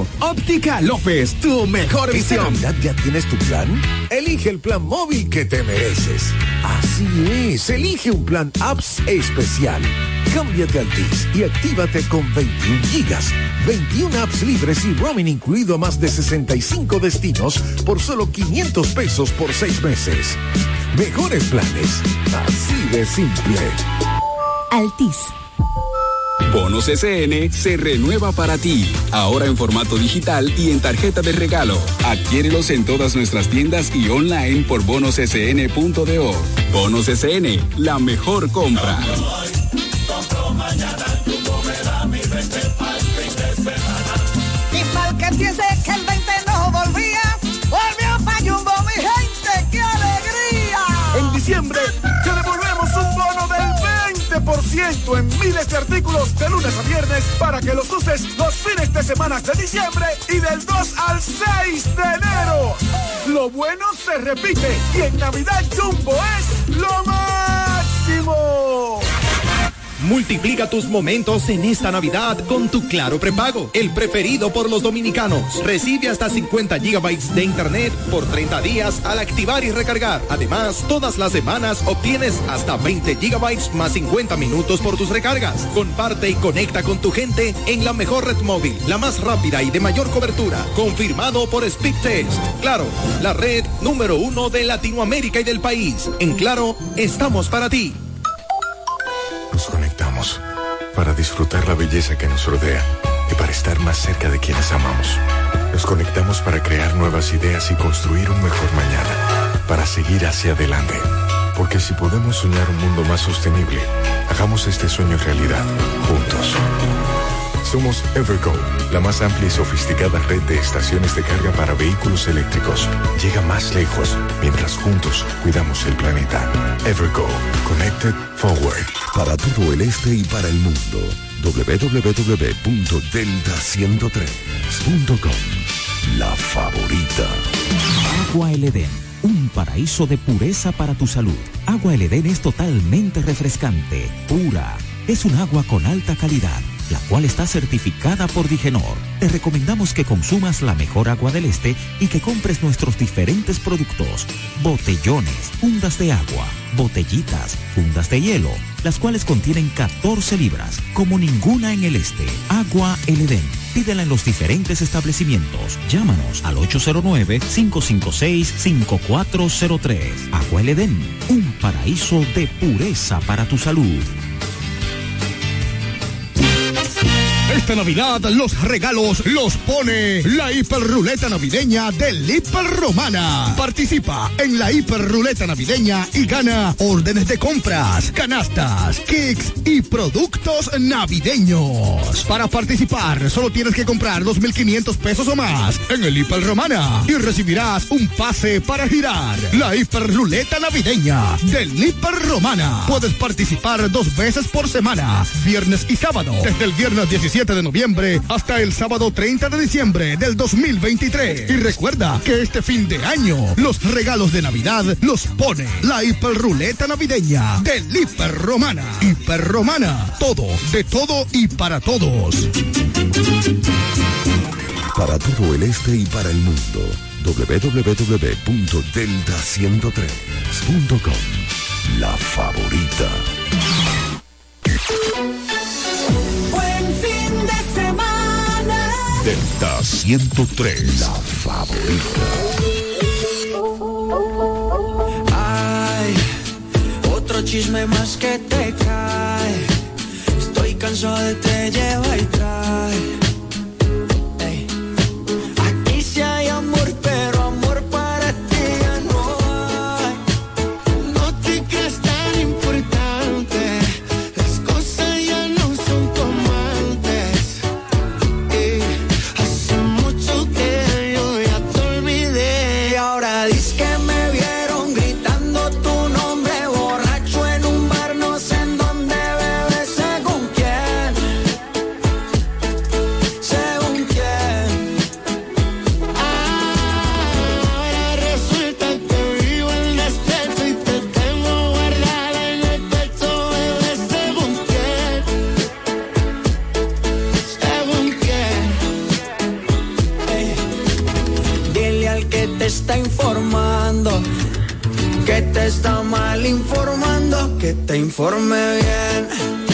Claro, Óptica López, tu mejor visión. ¿Esta Navidad ya tienes tu plan? Elige el plan móvil que te mereces. Así es, elige un plan apps especial. Cámbiate a Altis y actívate con 21 gigas, 21 apps libres y roaming incluido a más de 65 destinos por solo 500 pesos por 6 meses. Mejores planes, así de simple. Altis. Bonos SN se renueva para ti, ahora en formato digital y en tarjeta de regalo. Adquiérelos en todas nuestras tiendas y online por bonossn.do. Bonos SN, la mejor compra. Compro mañana, Jumbo me da mi 20 pa'l fin de semana. Y pa'l que piense que el 20 no volvía, volvió pa' Jumbo, mi gente, ¡qué alegría! En diciembre te devolvemos un bono del 20% en miles de artículos de lunes a viernes para que los uses los fines de semana de diciembre y del 2 al 6 de enero. Lo bueno se repite y en Navidad Jumbo es lo máximo. Multiplica tus momentos en esta Navidad con tu Claro Prepago, el preferido por los dominicanos. Recibe hasta 50 gigabytes de internet por 30 días al activar y recargar. Además, todas las semanas obtienes hasta 20 gigabytes más 50 minutos por tus recargas. Comparte y conecta con tu gente en la mejor red móvil, la más rápida y de mayor cobertura. Confirmado por Speedtest. Claro, la red número 1 de Latinoamérica y del país. En Claro, estamos para ti. Nos conectamos para disfrutar la belleza que nos rodea y para estar más cerca de quienes amamos. Nos conectamos para crear nuevas ideas y construir un mejor mañana, para seguir hacia adelante. Porque si podemos soñar un mundo más sostenible, hagamos este sueño realidad, juntos. Somos Evergo, la más amplia y sofisticada red de estaciones de carga para vehículos eléctricos. Llega más lejos mientras juntos cuidamos el planeta. Evergo, Connected Forward. Para todo el este y para el mundo, www.delta103.com. La favorita. Agua El Edén, un paraíso de pureza para tu salud. Agua El Edén es totalmente refrescante, pura. Es un agua con alta calidad, la cual está certificada por Digenor. Te recomendamos que consumas la mejor agua del este y que compres nuestros diferentes productos: botellones, fundas de agua, botellitas, fundas de hielo, las cuales contienen 14 libras, como ninguna en el este. Agua El Edén. Pídela en los diferentes establecimientos. Llámanos al 809-556-5403. Agua El Edén, un paraíso de pureza para tu salud. Esta Navidad los regalos los pone la hiperruleta navideña del Hiperromana. Participa en la hiperruleta navideña y gana órdenes de compras, canastas, kicks y productos navideños. Para participar solo tienes que comprar 2.500 pesos o más en el Hiperromana y recibirás un pase para girar. La hiperruleta navideña del Hiperromana. Puedes participar 2 veces por semana, viernes y sábado, desde el viernes 17 de noviembre hasta el sábado 30 de diciembre del 2023. Y recuerda que este fin de año los regalos de Navidad los pone la hiperruleta navideña del Hiperromana. Hiperromana, todo, de todo y para todos. Para todo el este y para el mundo, www.delta103.com. La favorita. Delta 103, la favorita. Ay, otro chisme más que te cae. Estoy cansado de te lleva y trae. Ey. Aquí sí hay amor, pero amor para ti ya no hay. No te creas tan importante. Las cosas ya no son como antes. Hace mucho que yo ya te olvidé. Y ahora dices que me vieron gritando tu nombre borracho en un bar, no sé en dónde, bebé, sé con quién. que te está informando, que te está mal informando, que te informe bien.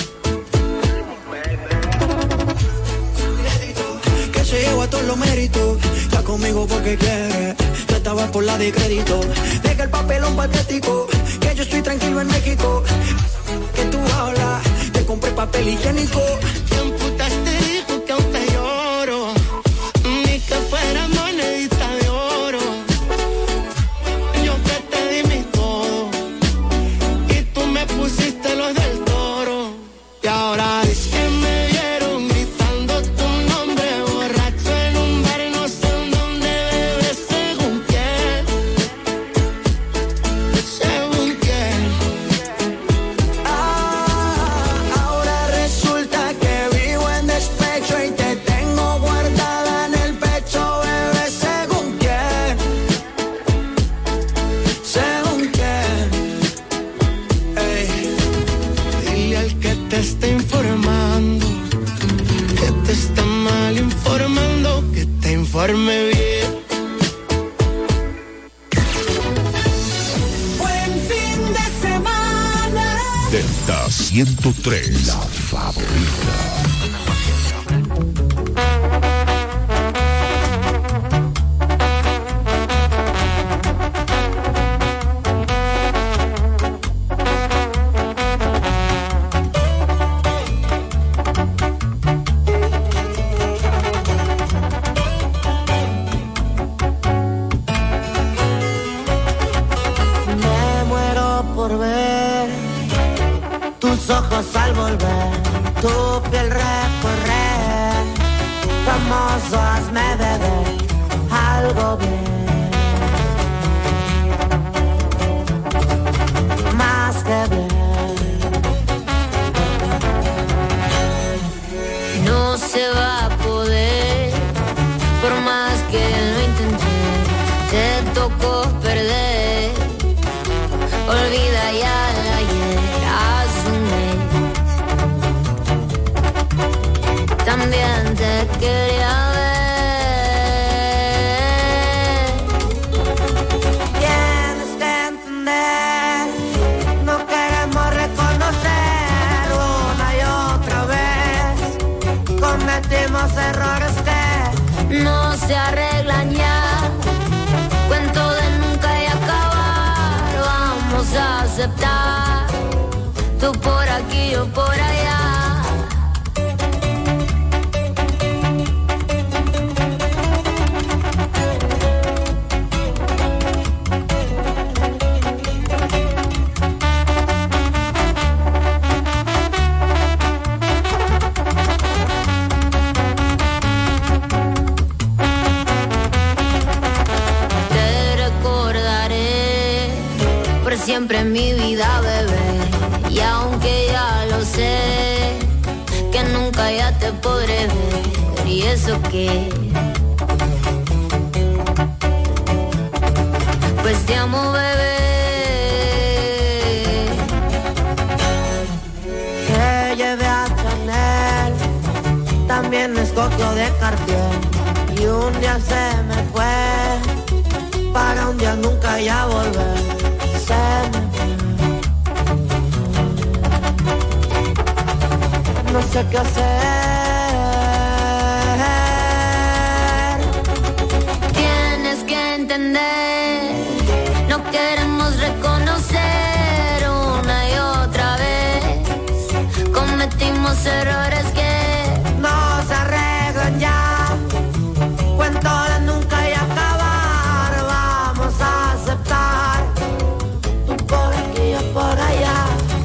Que se lleva todos los méritos, está conmigo porque quiere. Yo estaba por la de crédito, deja el papelón patético, que yo estoy tranquilo en México. Que tú hablas, te compré papel higiénico. ¿Quién putas te dijo que aún te lloro? Ni que fuera monedita de oro. Yo que te di mi todo y tú me pusiste los del Toro. Y ahora es que me vieron gritando tu nombre borracho en un bar, no sé en dónde bebes, según quién. Según quién. Ahora resulta que vivo en despecho y te tengo guardada en el pecho, bebé, según quién. Según quién. Ey. Dile al que te está informando, que te está mal informando, que te informe bien. Buen fin de semana. Delta 103, la favorita. Me muero por ver tus ojos al volver, tu piel recorrer. Famoso, hazme beber algo bien, más que bien. No se va a poder, por más que lo intenté, te tocó perder. Olvida ya el ayer, asume. También te quería ver. Tienes que entender, no queremos reconocer una y otra vez. Cometimos errores que No se arreglan ya, cuento de nunca y acabar. Vamos a aceptar, tú por aquí, yo por allá. Te recordaré por siempre en mi vida, bebé. Y aunque ya lo sé, que nunca ya te podré ver. ¿Y eso qué? Pues te amo, bebé. que llevé a Chanel, también escogió de Cartier. Y un día se me fue, para un día nunca ya volver. Se me fue, no sé qué hacer. Tienes que entender, no queremos reconocer una y otra vez. Cometimos errores que no se arreglan ya, cuento de nunca y acabar. Vamos a aceptar, tú por aquí, yo por allá.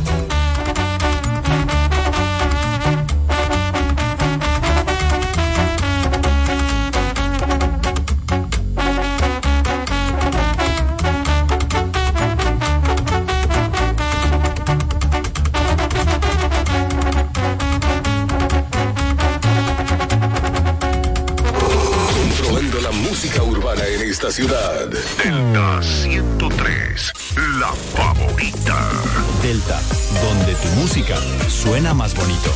Controlando la música urbana en esta ciudad. Delta 103, la favorita. Delta, donde tu música suena más bonito.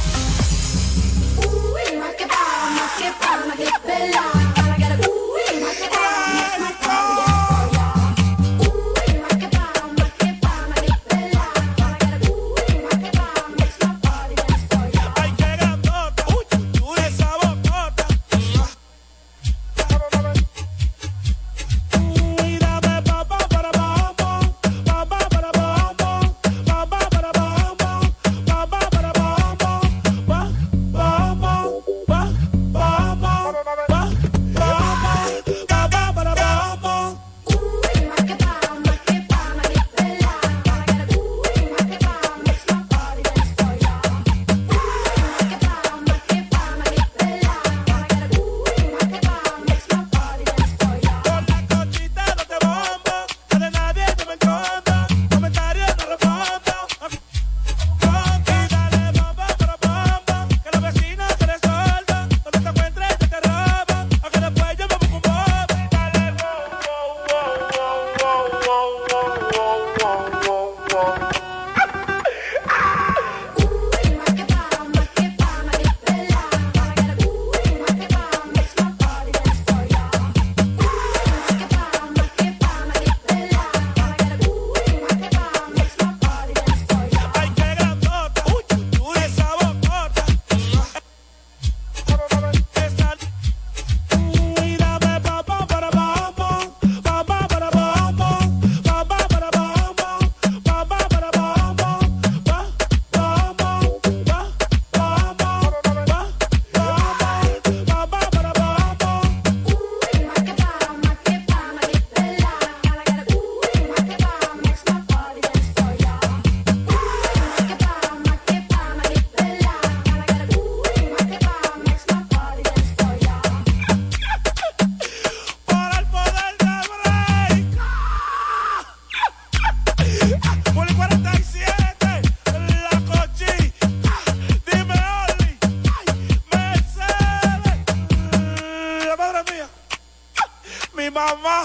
mamá.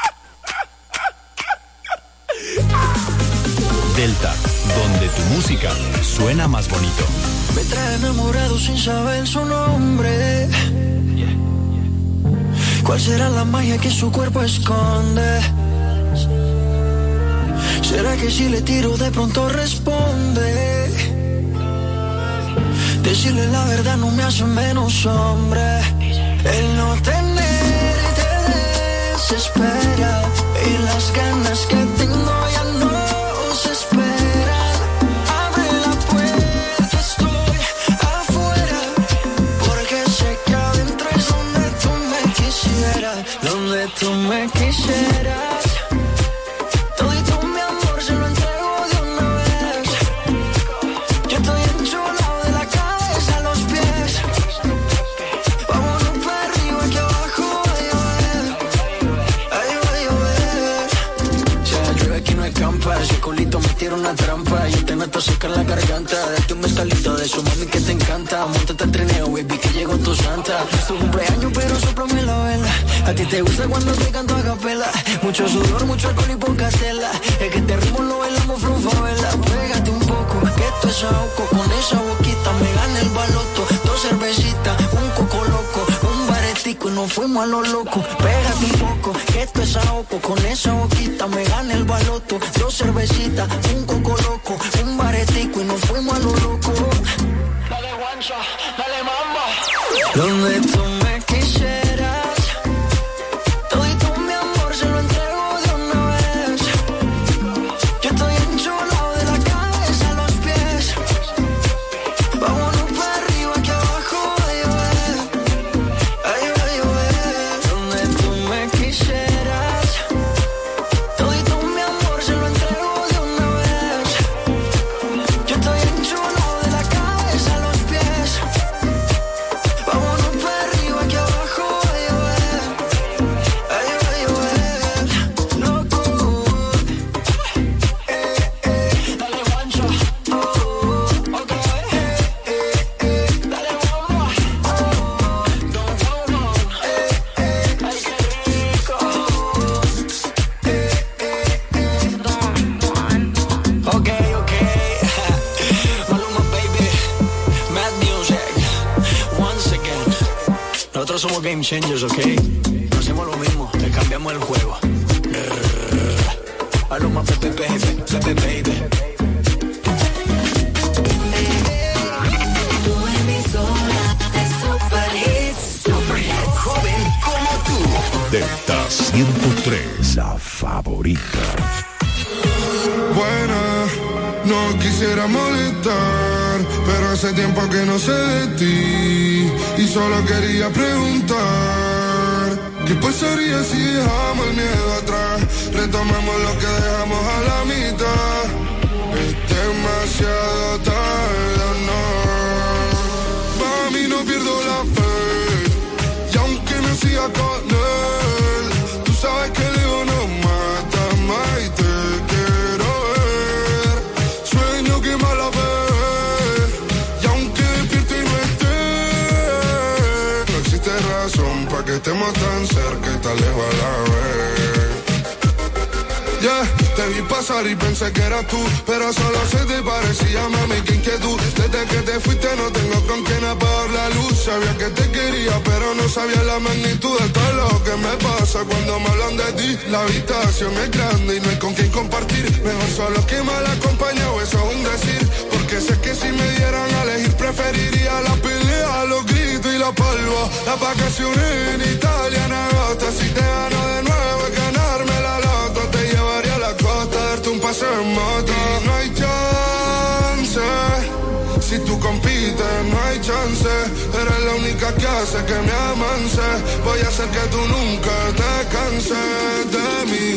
Delta, donde tu música suena más bonito. Me trae enamorado sin saber su nombre. ¿Cuál será la magia que su cuerpo esconde? ¿Será que si le tiro de pronto responde? Decirle la verdad no me hace menos hombre. El no tener te desespera y las ganas que tengo ya no se esperan. Abre la puerta, estoy afuera, porque sé que adentro es donde tú me quisieras, donde tú me quisieras. Todito mi amor se lo entrego de una vez. Yo estoy enchulado de la cabeza a los pies. Vámonos para arriba que abajo va a llover. Ahí va a llover. Si la llueve aquí no escampa, ese culito me tira una trampa. Yo te noto seca en la garganta. Date un mezcalito de su mami que te encanta. Móntate al trineo, baby, que llegó tu santa. Es tu cumpleaños, pero sóplame la vela. A ti te gusta cuando te canto a capela. Mucho sudor, mucho alcohol y poca tela. Es que este ritmo lo bailamos from favela. Pégate un poco, que esto es ahogo. Con esa boquita me gana el baloto. 2 cervecitas, un coco loco, un baretico y nos fuimos a lo loco. Pégate un poco, que esto es ahogo. Con esa boquita me gana el baloto. 2 cervecitas, un coco loco, un baretico y nos fuimos a lo loco. Dale guancha, dale mamba. Donde tú me quisieras, todito mi amor se lo entrego de una vez. Yo estoy enchulado de la cabeza a los pies. Vámonos para arriba que abajo va a llover. Ahí va a llover. Donde tú me quisieras, todito mi amor se lo entrego de una vez. Yo estoy enchulado de la cabeza a los pies. Vámonos para arriba que abajo va a llover. Ahí va a llover. Loco. Dale guancho. Ok. Dale bomba. Don't go no. Ay, qué rico. Ok. Maluma, baby. Mad Music. Once again. Nosotros somos game changers, ok. No hacemos lo mismo, le cambiamos el juego. Maluma, Pepe, baby. Tu emisora de Super Hits. Joven como tú. Delta 103, la favorita. Buena, no quisiera molestar, pero hace tiempo que no sé de ti y solo quería preguntar ¿qué pasaría si dejamos el miedo atrás? Retomamos lo que dejamos a la mitad. Es demasiado tarde, no. Mami, no pierdo la fe y aunque no siga con él, tú sabes que el ego no mata más y te quiero ver. Sueño que mala vez y aunque despierte y no esté, no existe razón para que estemos tan cerca y tan lejos a la vez. Yeah, te vi pasar y pensé que eras tú, pero solo se te parecía, mami, qué inquietud. Desde que te fuiste no tengo con quién apagar la luz. Sabía que te quería, pero no sabía la magnitud de todo lo que me pasa cuando me hablan de ti. La habitación es grande y no hay con quién compartir. Mejor solo que mal acompañado, eso es un decir. Porque sé que si me dieran a elegir preferiría la pelea, los gritos y la palma. Las vacaciones en Italia en agosto. Si te gano de nuevo es ganarme la loto. Te llevaría a la costa, darte un paseo en moto. Y no hay chance, si tú compites no hay chance. Eres la única que hace que me avance. Voy a hacer que tú nunca te canses de mí.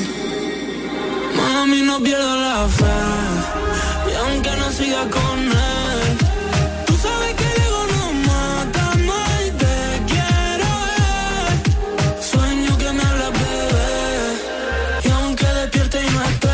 Mami, no pierdo la fe y aunque no siga con él, tú sabes que el ego no mata más y te quiero ver. Sueño que me hablas, bebé, y aunque despierte y no esté,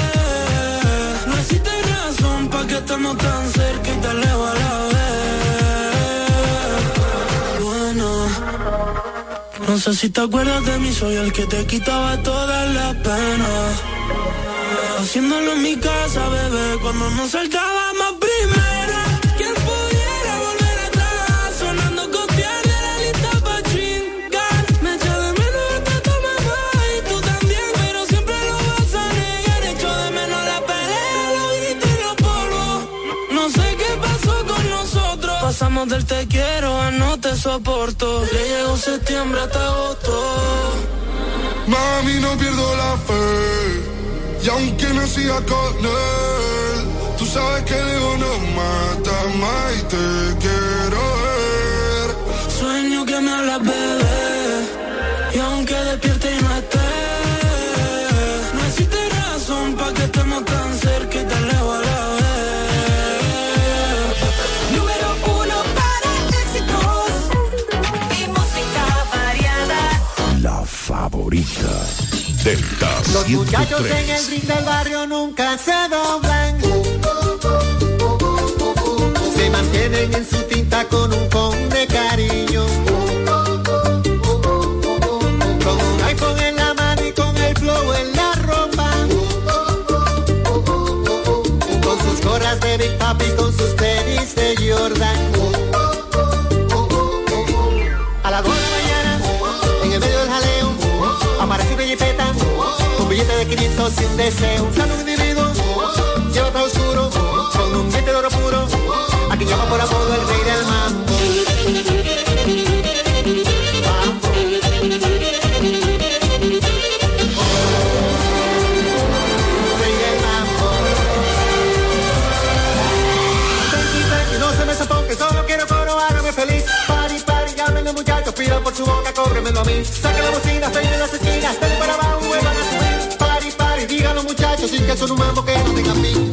no existe razón para que estemos tan cerca y tan lejos a la vez. Bueno, No sé si te acuerdas de mí, soy el que te quitaba todas las penas. Haciéndolo en mi casa, bebé, cuando nos saltábamos primero. ¿Quién pudiera volver atrás? Sonando copiar de la lista pa' chingar. Me echo de menos hasta tu mamá y tú también, pero siempre lo vas a negar. Echo de menos la pelea, los gritos y los polvos. No sé qué pasó con nosotros. Pasamos del te quiero a no te soporto. Le llegó septiembre hasta agosto. Mami, no pierdo la fe. Y aunque no siga con él, tú sabes que el ego no mata más y te quiero ver. Sueño que me hablas, bebé, y aunque despierte y no esté, no existe razón pa' que estemos tan cerca y tan lejos a la vez. Número 1 para éxitos y música variada. La favorita. Delta Los 103. muchachos en el ring del barrio nunca se doblan. Se mantienen en su tinta con un con de cariño. Con un iPhone en la mano y con el flow en la ropa. Con sus gorras de Big Papi, con sus tenis de Jordan. A las 2 de la mañana, en el medio del jaleo, aparece una jipeta, un billete de 500 y un deseo. Sale un individuo, lleva todo oscuro, con un diente de oro puro, a quien llama por apodo el rey del mambo. Mambo. Rey del mambo. Tranqui, tranqui, no se me sofoque, solo quiero coro, hágame feliz. Party, party, llámenle muchachos, pidan por su boca, cóbremelo a mí. Saca la bocina, peine las esquinas, dale para abajo, vuelvan a subir. Party, party, digan los muchachos, sin que son un mambo que no tenga fin.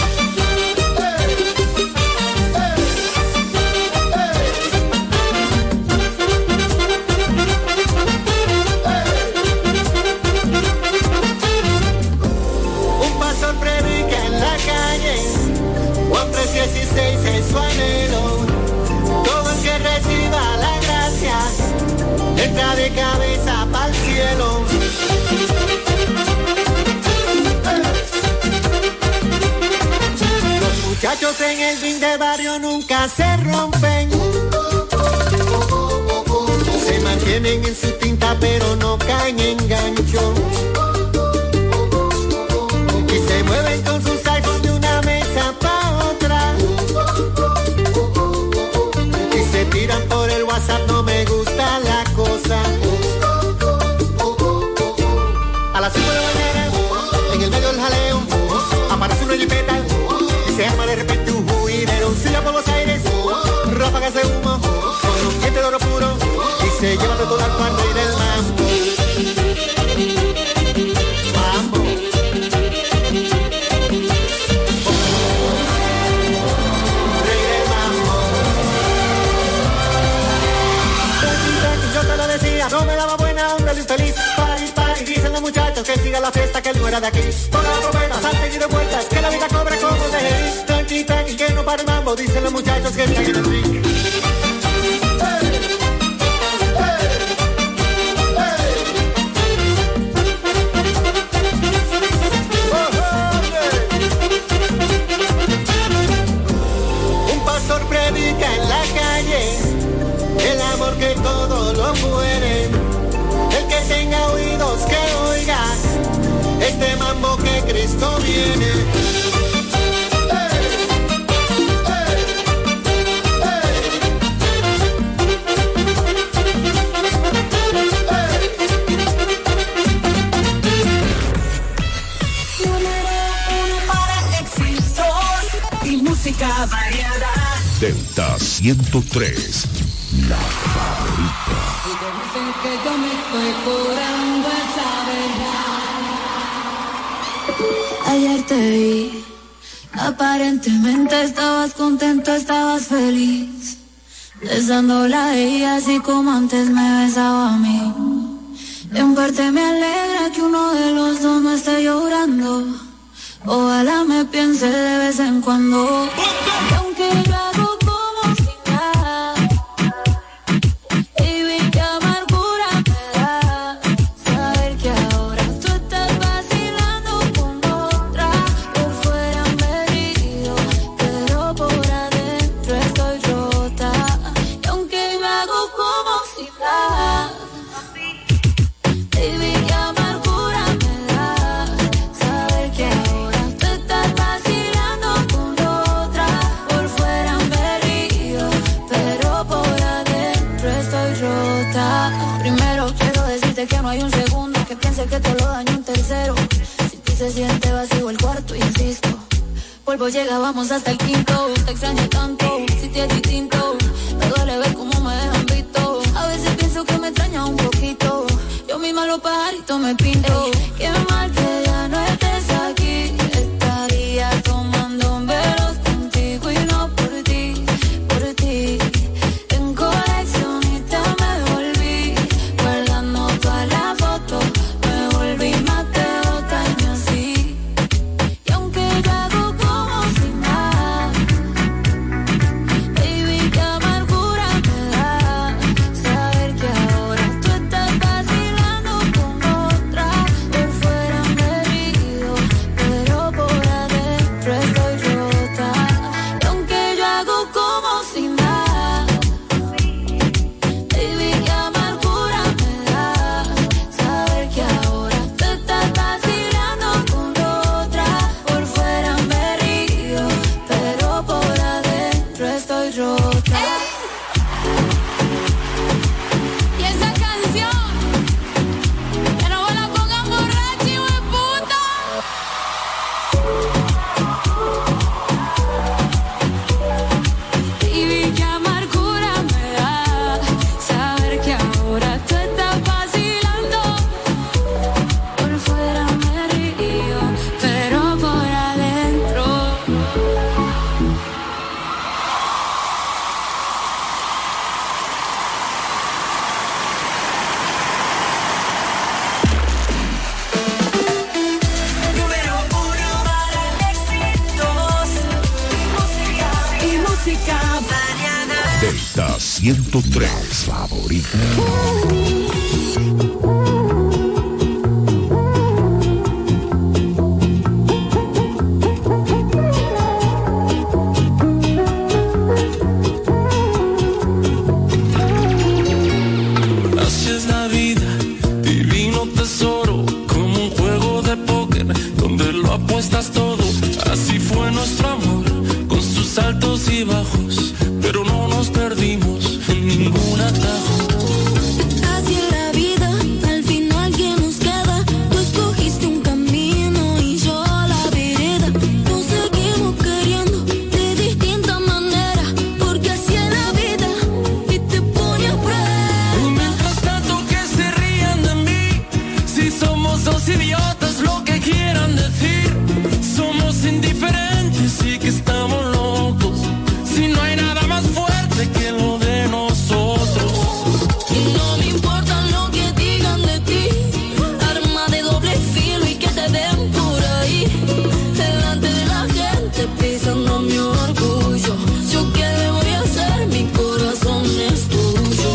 Un pastor predica en la calle, Juan 3:16 es su anhelo. Todo el que reciba la gracia entra de cabeza pa'l cielo. Los muchachos en el ring de barrio nunca se rompen. Se mantienen en su tinta pero no caen en gancho. Y se mueven con sus iPhones de una mesa pa' otra. Y se tiran por el WhatsApp, no me gusta la cosa. A las 5 de la mañana, en el medio del jaleo, aparece una jipeta y se arma de repente un juidero. Silla por los aires, ráfagas de humo, con un diente de oro puro, y se lleva de todo al cuarto y del mambo. Mambo. Rey del mambo. Tranqui, tranqui, yo te lo decía, no me daba buena onda el infeliz. Party, party, dicen los muchachos que siga la fiesta, que él no era de aquí. Toda la promesa, salte y de vueltas, que la vida cobra como de él. Tranqui, tranqui, que no para el mambo, dicen los muchachos que están en el ring. Un pastor predica en la calle el amor que todo lo muere. El que tenga oídos que oiga este mambo que Cristo viene. música variada. Delta 103, la favorita. Y te dicen que yo me estoy curando esa verdad. Ayer te vi, aparentemente estabas contento, estabas feliz, besándola a ella así como antes me besaba a mí. En parte me alegra que uno de los dos no esté llorando. Ojalá me piense de vez en cuando. Y aunque yo hago como si nada, y vi que amargura Promete que no hay un segundo que piense que te lo daño un tercero. Si ti se siente vacío el cuarto, insisto. Polvo llega, vamos hasta el quinto. Te extraño tanto, si te es distinto. Me duele ver cómo me dejan visto. A veces pienso que me extraña un poquito. Yo misma los pajaritos me pinto. Qué mal que ya no estés aquí. Estaría tomando velos contigo y no por ti, por ti. En coleccionista me volví, guardando todas las fotos. Me volví más de 2 años así. Y aunque yo hago como si nada, baby, qué amargura me da saber que ahora tú estás vacilando con otra. Por fuera me río, pero por adentro estoy rota. Y aunque yo hago como si nada, baby, qué amargura me da saber que ahora tú estás vacilando con otra. Por fuera me río, pero por adentro estoy rota. Y esa canción, que no la pongan borracha, hijo de puta. Baby, qué amargura me da saber que ahora tú estás vacilando. Por fuera me río, pero por adentro. Número 1 para éxitos y música variada. Delta 103, favorita. Así es la vida, divino tesoro, como un juego de póker donde lo apuestas todo. Así fue nuestro amor, con sus altos y bajos, pero no nos perdimos en ningún atajo. Así es la vida, al final que nos queda. Tú escogiste un camino y yo la vereda. Nos seguimos queriendo de distinta manera, porque así es la vida y te pone a prueba. Y mientras tanto que se rían de mí, si somos dos idiotas, lo que quieran decir. Somos indiferentes y que estamos locos, si no hay nada más fuerte que lo de nosotros. Y no me importa lo que digan de ti, arma de doble filo y que te den por ahí, delante de la gente pisando mi orgullo. Yo qué le voy a hacer, mi corazón es tuyo.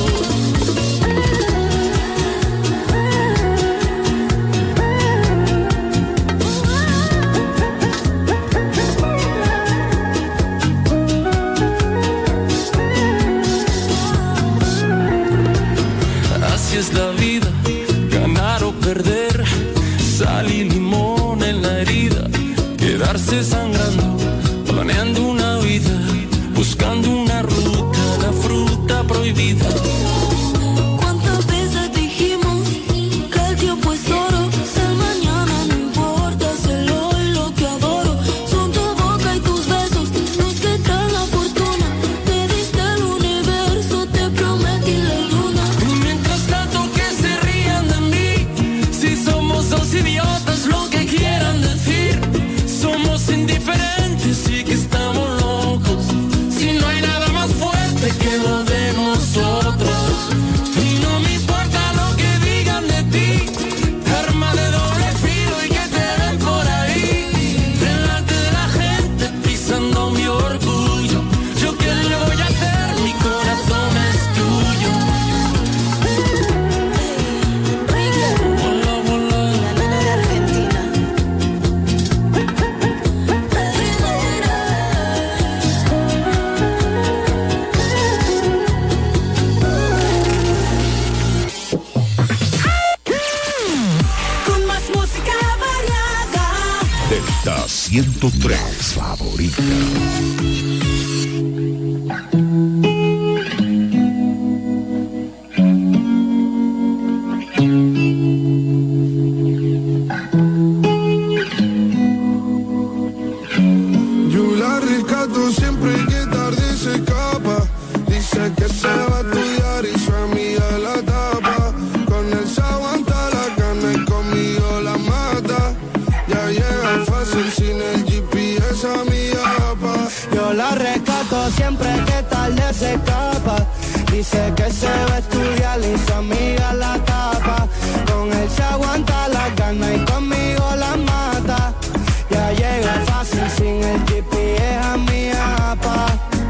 Así es la vida, ganar o perder, sal y limón en la herida, quedarse sangrando, planeando una vida, buscando una ruta, la fruta prohibida. ¿Cuántas veces dijimos que el tiempo es oro? El mañana no importa, es el hoy lo que adoro. Son tu boca y tus besos los que traen la fortuna. Te diste el universo, te prometí la luna. Y mientras tanto que se rían de mí, si somos dos idiotas, lo que quieran decir. Somos indiferentes y que estamos locos, si no hay nada más fuerte que lo de nosotros. Y no me importa lo que digan de ti, arma de doble filo y que te den por ahí, delante de la gente pisando mi orgullo. Yo qué le voy a hacer, mi corazón es tuyo. Hola, hola. La nena de Argentina. Con más música variada. Delta 103, favorita. Dice que se va a estudiar y su amiga la tapa. Con él se aguanta la gana y conmigo la mata. Ya llega fácil sin el GPS a mi apa.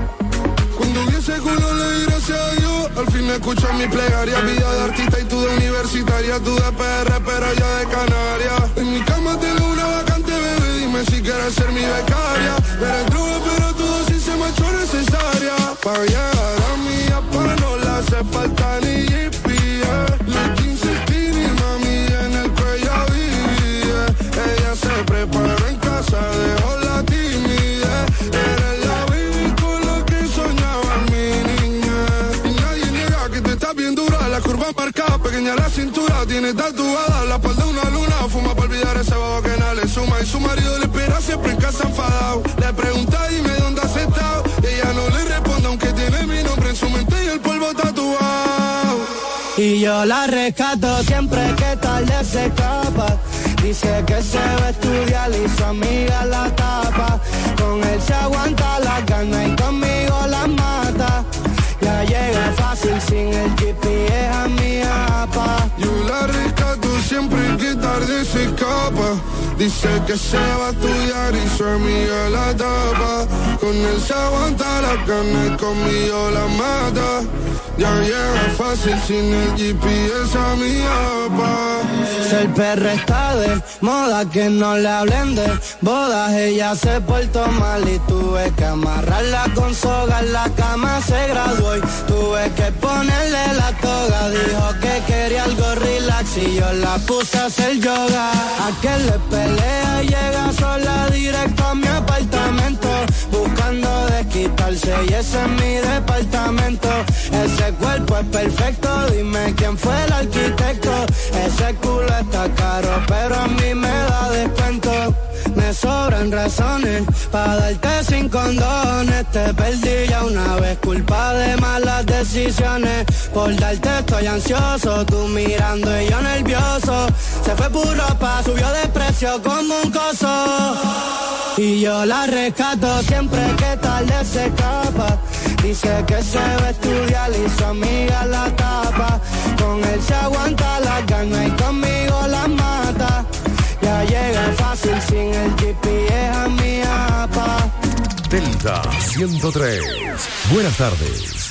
Cuando vi ese culo le di gracias a Dios. Al fin escucho mi plegaria. Vida de artista y tú de universitaria. Tú de PR pero yo de Canarias. En mi cama tengo una vacante, bebé. Dime si quieres ser mi becaria. Eres droga pero tu dosis se me ha hecho necesaria. Pa' llegar a mi apa no le hace falta ni GPS. Los 15 skinny, mami, en el cuello vive. Ella se preparó en casa, dejó la timidez. Eres la baby con lo que soñaba mi niñez. Y nadie niega que te estás bien dura. La curva marcada, pequeña la cintura. Tiene tatuada la espalda una luna. Fuma para olvidar ese bobo que nada le suma. Y su marido le espera siempre en casa enfadado. Le pregunta, dime dónde has estado. Y ella no le responde aunque tiene mi nombre en su mente y el polvo tatuado. Y yo la rescato siempre que tarde se escapa. Dice que se va a estudiar y su amiga la tapa. Con él se aguanta la gana y conmigo la mata. Ya llega fácil sin el GPS a mi apa. Yo la rescato siempre que tarde se escapa. Dice que se va a estudiar y su amiga la tapa. Con él se aguanta la gana y conmigo la mata. Ya llega fácil sin el GPS a mi apa. El perro está de moda, que no le hablen de bodas. Ella se portó mal y tuve que amarrarla con soga. En la cama se graduó y tuve que ponerle la toga. Dijo que quería algo relax y yo la puse a hacer yoga. A que le pelea y llega sola directo a mi apartamento, buscando desquitarse y ese es mi departamento. Ese cuerpo es perfecto, dime quién fue el arquitecto. Ese culo está caro, pero a mí me da descuento. Me sobran razones para darte sin condones. Te perdí ya una vez, culpa de malas decisiones. Por darte estoy ansioso, tú mirando y yo nervioso. Se fue por ropa, subió de precio como un coso. Y yo la rescato siempre que tarde se escapa. Dice que se va a estudiar y su amiga la tapa. Con él se aguanta la gana y conmigo la mata. Ya llega fácil sin el GPS a mi apa. Delta 103. Buenas tardes.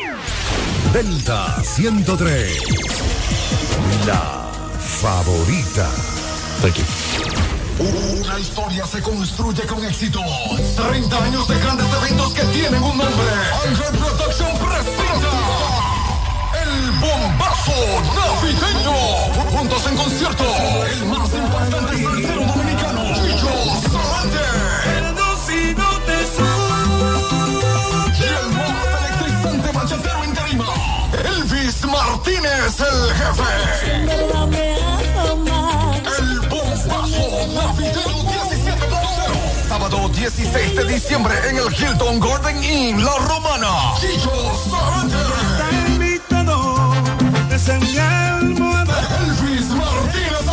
Delta 103. La favorita. Thank you. Una historia se construye con éxito. 30 años de grandes eventos que tienen un nombre. Ángel Production presenta El Bombazo Navideño. Juntos en concierto, el más importante salsero dominicano, Chicho Sarante. El docino tesoro. Y el más electrizante bachatero en tarima, Elvis Martínez, el jefe. El Bombazo Navideño 17.0. Sábado 16 de diciembre en el Hilton Garden Inn, La Romana. Chicho Sarante. Está invitado de señal almohada. Elvis Martínez,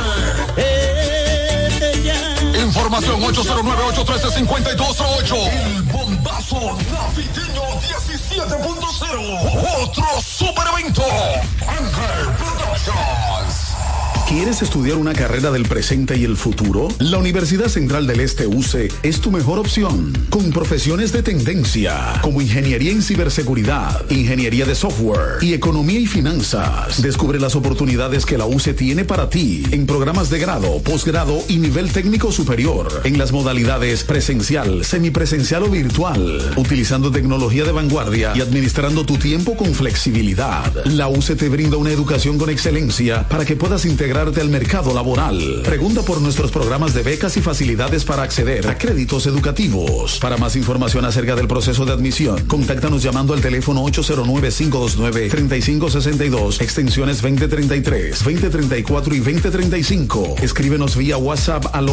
el jefe. Información 809-813-5208. El Bombazo Navideño 17.0. Otro super evento. Ángel Productions. ¿Quieres estudiar una carrera del presente y el futuro? La Universidad Central del Este UCE es tu mejor opción, con profesiones de tendencia como ingeniería en ciberseguridad, ingeniería de software y economía y finanzas. Descubre las oportunidades que la UCE tiene para ti en programas de grado, posgrado y nivel técnico superior, en las modalidades presencial, semipresencial o virtual, utilizando tecnología de vanguardia y administrando tu tiempo con flexibilidad. La UCE te brinda una educación con excelencia para que puedas integrarte al mercado laboral. Pregunta por nuestros programas de becas y facilidades para acceder a créditos educativos. Para más información acerca del proceso de admisión, contáctanos llamando al teléfono 809-529-3562, extensiones 2033, 2034 y 2035. Escríbenos vía WhatsApp al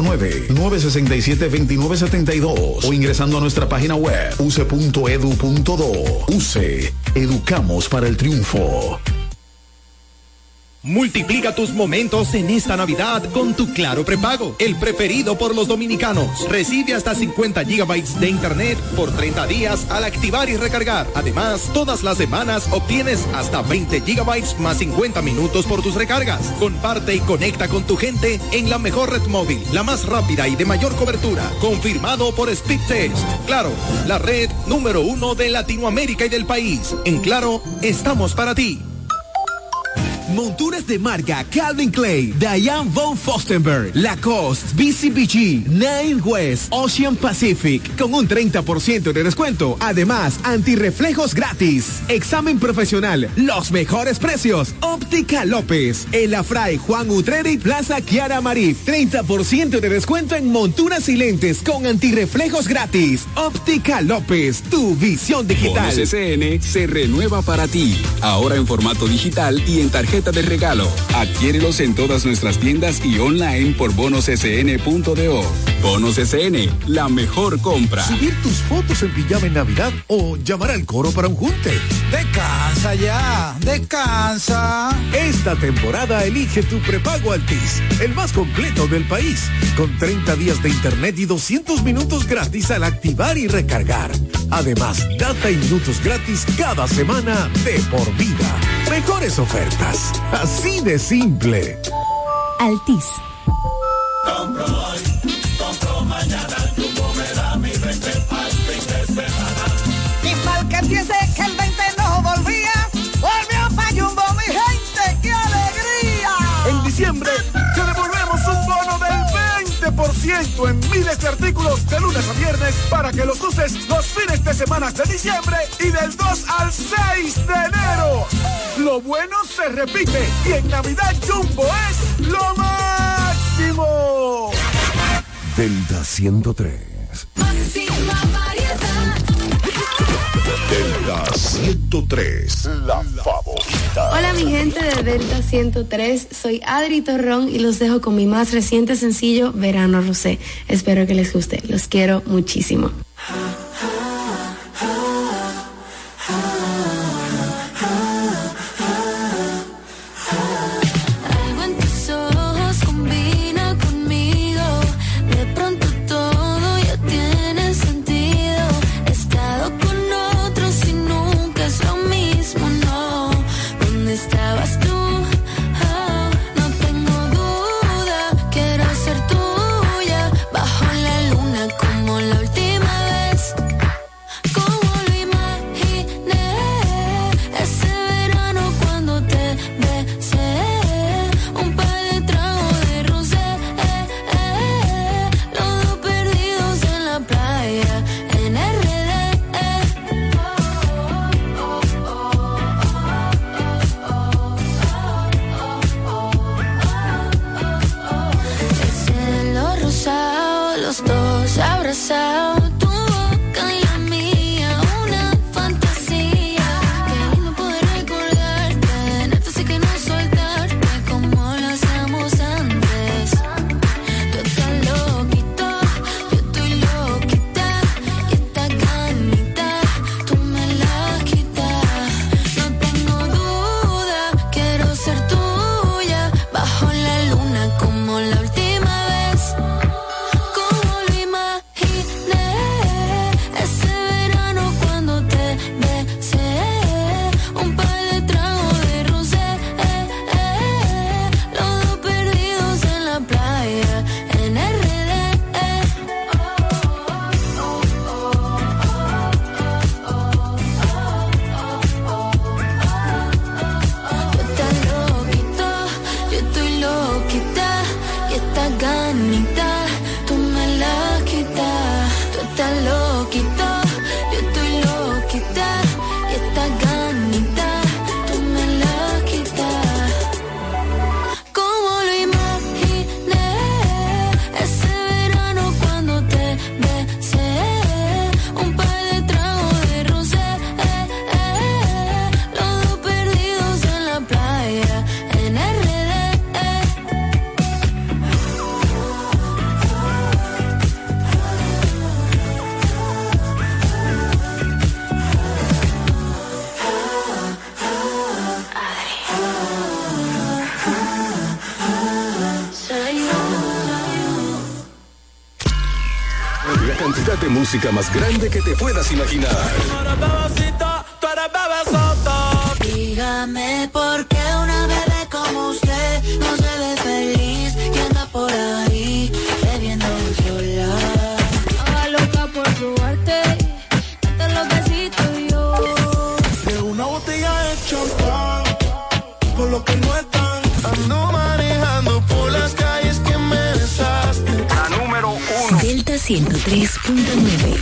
809-967-2972 o ingresando a nuestra página web uce.edu.do. UCE, educamos para el triunfo. Multiplica tus momentos en esta Navidad con tu Claro Prepago, el preferido por los dominicanos. Recibe hasta 50 gigabytes de internet por 30 días al activar y recargar. Además, todas las semanas obtienes hasta 20 gigabytes más 50 minutos por tus recargas. Comparte y conecta con tu gente en la mejor red móvil, la más rápida y de mayor cobertura. Confirmado por Speedtest. Claro, la red número 1 de Latinoamérica y del país. En Claro, estamos para ti. Monturas de marca Calvin Klein, Diane von Furstenberg, Lacoste, BCBG, Nine West, Ocean Pacific, con un 30% de descuento. Además, antirreflejos gratis. Examen profesional, los mejores precios. Óptica López, El Afray, Juan Utreri, Plaza Kiara Marif. 30% de descuento en monturas y lentes con antirreflejos gratis. Óptica López, tu visión digital. Bonos SN se renueva para ti. Ahora en formato digital y en tarjeta de regalo. Adquiérelos en todas nuestras tiendas y online por bonossn.do. Bonos SN, la mejor compra. Subir tus fotos en pijama en Navidad o llamar al coro para un junte. Descansa ya, descansa. Esta temporada elige tu prepago Altis, el más completo del país, con 30 días de internet y 200 minutos gratis al activar y recargar. Además, data y minutos gratis cada semana de por vida. Mejores ofertas, así de simple. Altis. Compro hoy, compro mañana, Jumbo me da mi 20 al fin de semana. Y mal que piense que el 20 no volvía, volvió pa' Jumbo, mi gente, ¡qué alegría! En diciembre te devolvemos un bono del 20% en miles de artículos de lunes a viernes para que los uses los fines de semana de diciembre y del 2 al 6 de enero. Lo bueno se repite y en Navidad Jumbo es lo máximo. Delta 103. Máxima variedad. Delta 103, la favorita. Hola mi gente de Delta 103, soy Adri Torrón y los dejo con mi más reciente sencillo, Verano Rosé. Espero que les guste, los quiero muchísimo. Como la última vez, como lo imaginé. cantidad de música más grande que te puedas imaginar. Dígame por qué una bebé como usted no se ve feliz y anda por ahí bebiendo sola. Estaba loca por probarte, date los besitos y yo. De una botella de champán, por lo que no están, ando manejando por las calles que me besaste. La número 1. Delta 103.9.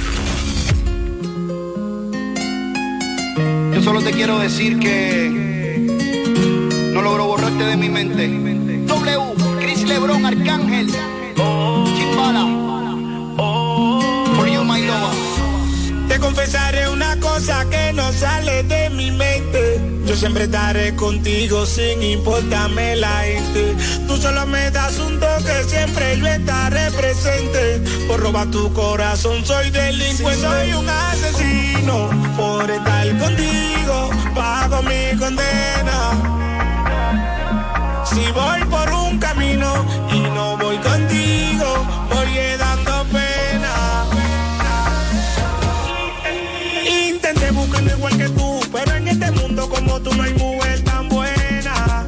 Yo solo te quiero decir que no logro borrarte de mi mente. W, Chris Lebron, Arcángel, Chimbala, for you my lover. Te confesaré una cosa que no sale de mi mente. Yo siempre estaré contigo sin importarme la gente. Tú solo me das un toque, siempre yo estaré presente. Por robar tu corazón soy delincuente. Soy un asesino por estar contigo, pago mi condena. Si voy por un camino y no voy contigo, voy dando pena. Intenté buscarlo igual que tú, pero en este mundo como tú no hay mujer tan buena.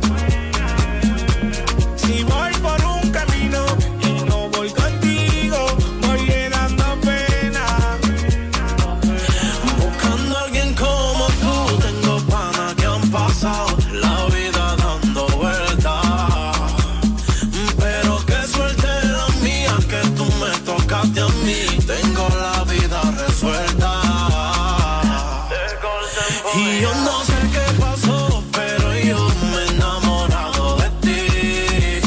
Si voy por un camino y no voy contigo, voy dando pena. Buscando a alguien como tú, tengo panas que han pasado la vida dando vueltas. Pero qué suerte la mía que tú me tocaste a mí. Tengo la vida resuelta. Y yo no sé qué pasó, pero yo me he enamorado de ti.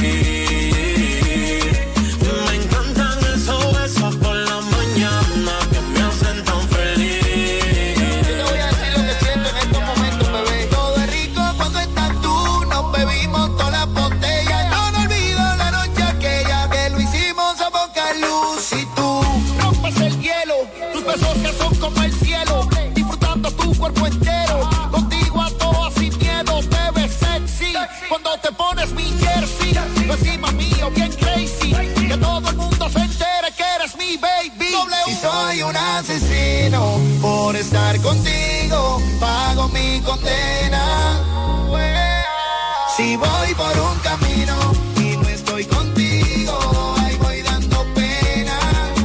Me encantan esos besos por la mañana que me hacen tan feliz. Yo te voy a decir lo que siento en estos momentos, bebé. Todo es rico cuando estás tú, nos bebimos todas las botellas. No me olvido la noche aquella que lo hicimos a poca luz. Y tú rompes el hielo, tus besos que son como el cielo, disfrutando tu cuerpo entero. Contigo a todo sin miedo, te ves sexy cuando te pones mi jersey. Lo encima mío, bien crazy, que todo el mundo se entere que eres mi baby. Si soy un asesino por estar contigo, pago mi condena. Si voy por un camino y no estoy contigo, ahí voy dando pena.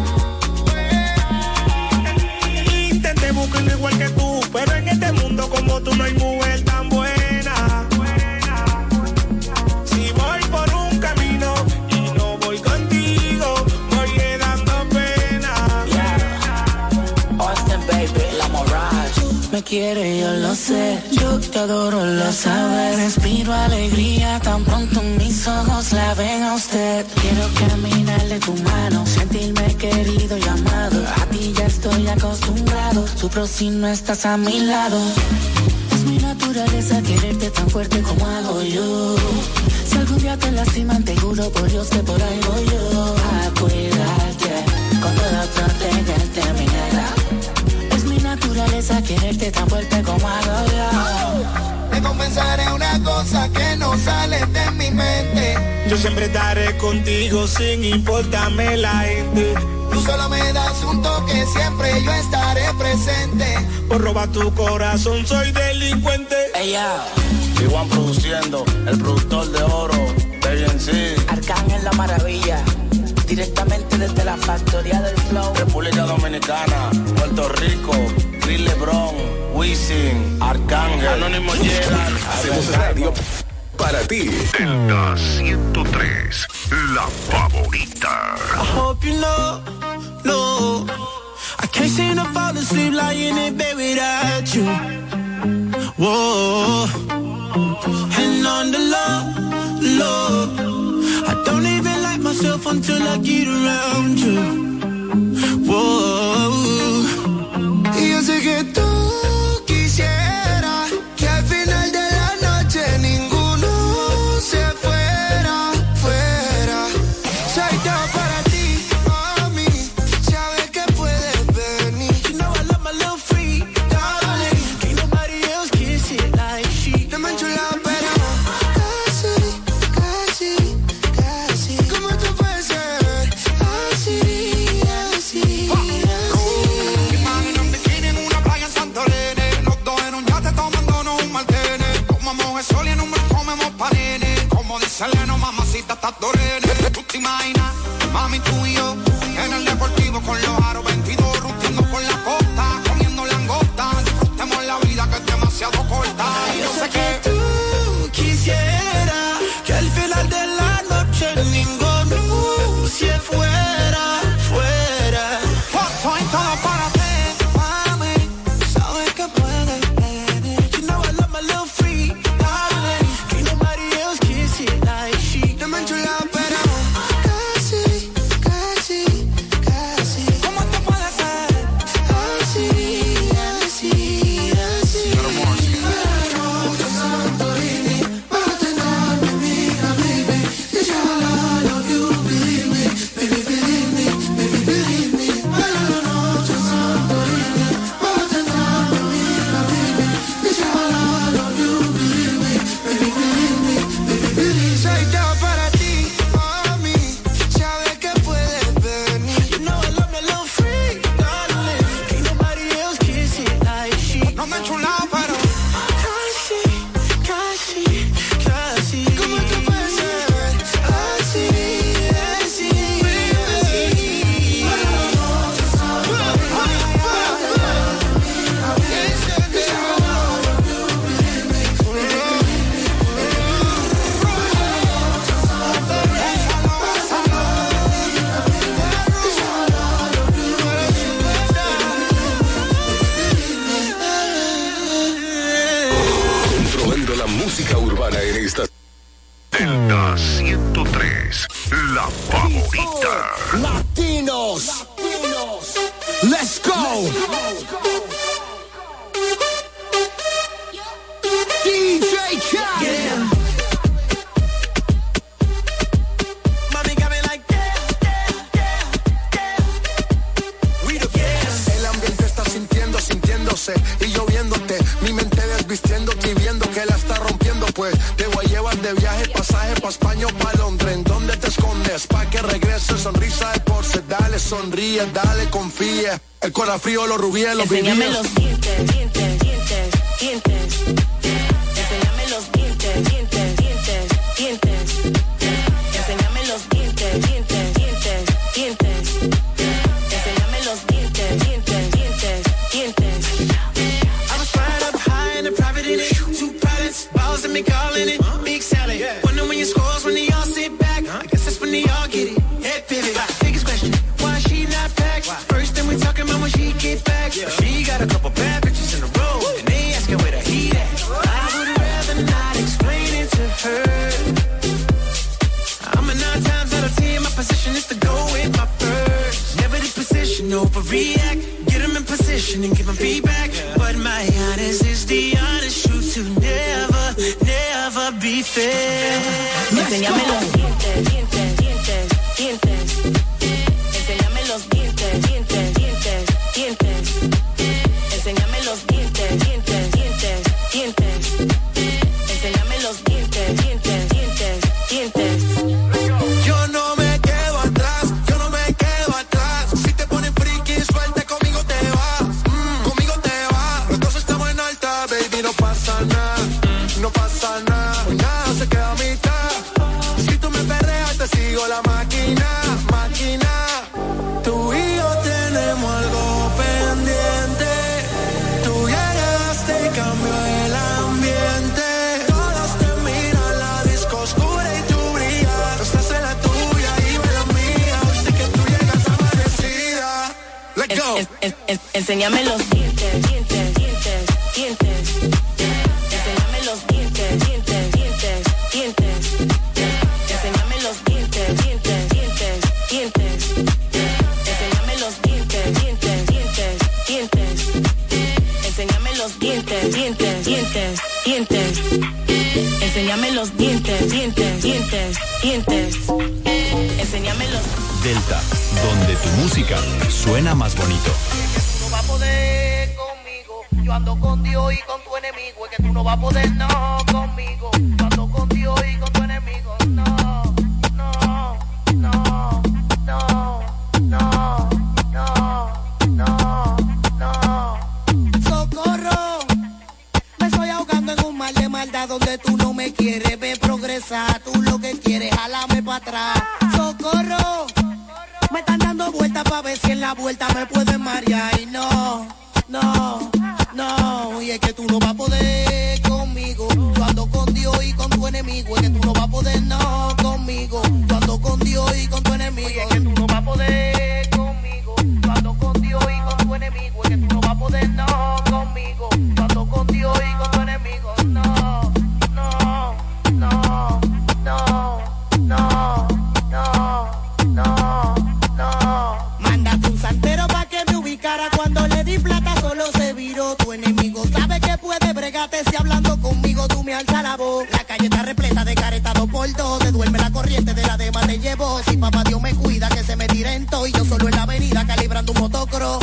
Intenté buscarlo igual que tú, pero en este mundo como tú no hay mujer tan buena. Si voy por un camino y no voy contigo, voy dando pena. Austin, baby, la Mirage. Me quiere, yo lo sé, yo te adoro, lo sabes. Respiro alegría, tan pronto mis ojos la ven a usted. Quiero caminarle tu mano, sentirme querido y amado. A ti ya estoy acostumbrado, sufro si no estás a mi lado. Es mi naturaleza quererte tan fuerte como hago yo. Si algún día te lastiman, te juro por Dios que por ahí voy yo a cuidarte, con todo protegerte, mi negra. Es mi naturaleza quererte tan fuerte como hago yo. Te confesaré una cosa que no sale de mi mente. Yo siempre estaré contigo sin importarme la gente. Tú solo me das un toque, siempre yo estaré presente. Por robar tu corazón soy delincuente. Ella, Iguan produciendo, el productor de oro, BNC. Arcángel la maravilla, directamente desde la factoría del flow. República Dominicana, Puerto Rico, Chris Lebron, Wisin, Arcángel, Anónimo Gerald. Hacemos radio para ti. Delta 103, la favorita. I hope you know, no, I can't seem to fall asleep lying in bed without you. Whoa, and on the low, I don't even like myself until I get around you. Whoa, y yo sé que tú quisieras que al final de la noche ninguno se fuera. Soy todo para ti, mami, sabes que puedes venir. You know I love my little freak, darling. Ain't nobody else kiss it like she. No me enchula, pero casi, ¿cómo tú puedes ser así? como dice Leno, mamacita, estás dorena. Tú te imaginas, mami, tú y yo, en el deportivo con los aros 22, ruteando por la costa, comiendo langosta. Disfrutemos la vida que es demasiado corta. Yo sé que tú quisieras que al final de la noche ninguno se fuera, fuera. Soy todo para ti. Delta 103, la favorita. Latinos. Let's go. DJ Khaled. Yeah. Mami got me like We the best. El ambiente está sintiéndose y yo viéndote, mi mente desvistiéndote y viendo que la está rompiendo, pues te voy a llevar de viaje, pasaje pa' España o pa' Londres. ¿En dónde te escondes? Pa' que regrese, sonrisa de porce, dale, sonríe, dale, confía. El corazón frío, los rubíes, los vivíes. Enséñame los dientes, dientes, dientes, dientes. Enséñame los dientes, dientes, dientes, dientes. Enséñame los dientes, dientes, dientes, dientes. Enséñame los dientes, dientes, dientes, dientes. I was right up high in the private in it. Two pilots, balls and me calling it. Big salad. Wonder when you scores when they all sit back. I guess that's when they all get it. Head pivot. Biggest question, why she not packed? First thing we talking about when she get back. She got a couple bad bitches in a row, and they asking where the heat at. I would rather not explain it to her. I'm a 9 times out of 10, my position is to go with my first. Never the position, overreact. Get them in position and give them feedback. But my honest is the honest truth to never, never be fair. Enséñame los dientes, dientes, dientes, dientes. Enséñame los dientes, dientes, dientes, dientes. Enséñame los dientes, dientes, dientes, dientes. Enséñame los dientes, dientes, dientes, dientes. Yo no me quedo atrás, yo no me quedo atrás. Si te pones friki, suelta, conmigo te vas, conmigo te vas. Los dos estamos en alta, baby, no pasa nada, no pasa nada. Pues nada se queda a mitad. Si tú me perreas, te sigo la máquina, máquina. Tú y yo tenemos algo pendiente. Tú llegaste y cambió el ambiente. Todos te miran, la disco oscura y tú brillas. Tú estás en la tuya y yo en la mía. Hoy sé que tú llegas amanecida. Let's go. Enséñame los dientes, dientes, dientes, dientes. Enséñame los dientes, dientes, dientes, dientes. Enséñame los dientes, dientes, dientes, dientes. Enséñame los dientes, dientes, dientes, dientes. Enséñame los dientes, dientes, dientes, dientes. Enséñame los dientes, dientes, dientes, dientes. Enséñame los Delta, donde tu música suena más bonito. No va a poder conmigo. Yo ando con Dios y con tu enemigo. Es que tú no vas a poder, no, conmigo. Yo ando con Dios y con tu enemigo. No, no, no, no, no, no, no. Socorro, me estoy ahogando en un mar de maldad donde tú no me quieres ver progresar. Tú tú lo que quieres, jálame para atrás. ¡Socorro! Me están dando vueltas para ver si en la vuelta me pueden marear. Y no, y es que tú no vas a poder conmigo. Yo ando con Dios y con tu enemigo. Es que tú no vas a poder, no, conmigo. Yo ando con Dios y con tu enemigo. Y es que tú no vas a poder conmigo. Yo ando con Dios y con tu enemigo. Es que tú no vas a poder, no, conmigo. Yo ando con Dios y con tu enemigo. Mándate un santero pa' que me ubicara. Cuando le di plata solo se viró. Tu enemigo sabe que puede bregarte. Si hablando conmigo tú me alzas la voz. La calle está repleta de caretados por dos. Te duerme la corriente de la dema te llevó. Si papá Dios me cuida que se me tiren todo. Y yo solo en la avenida calibrando un motocross.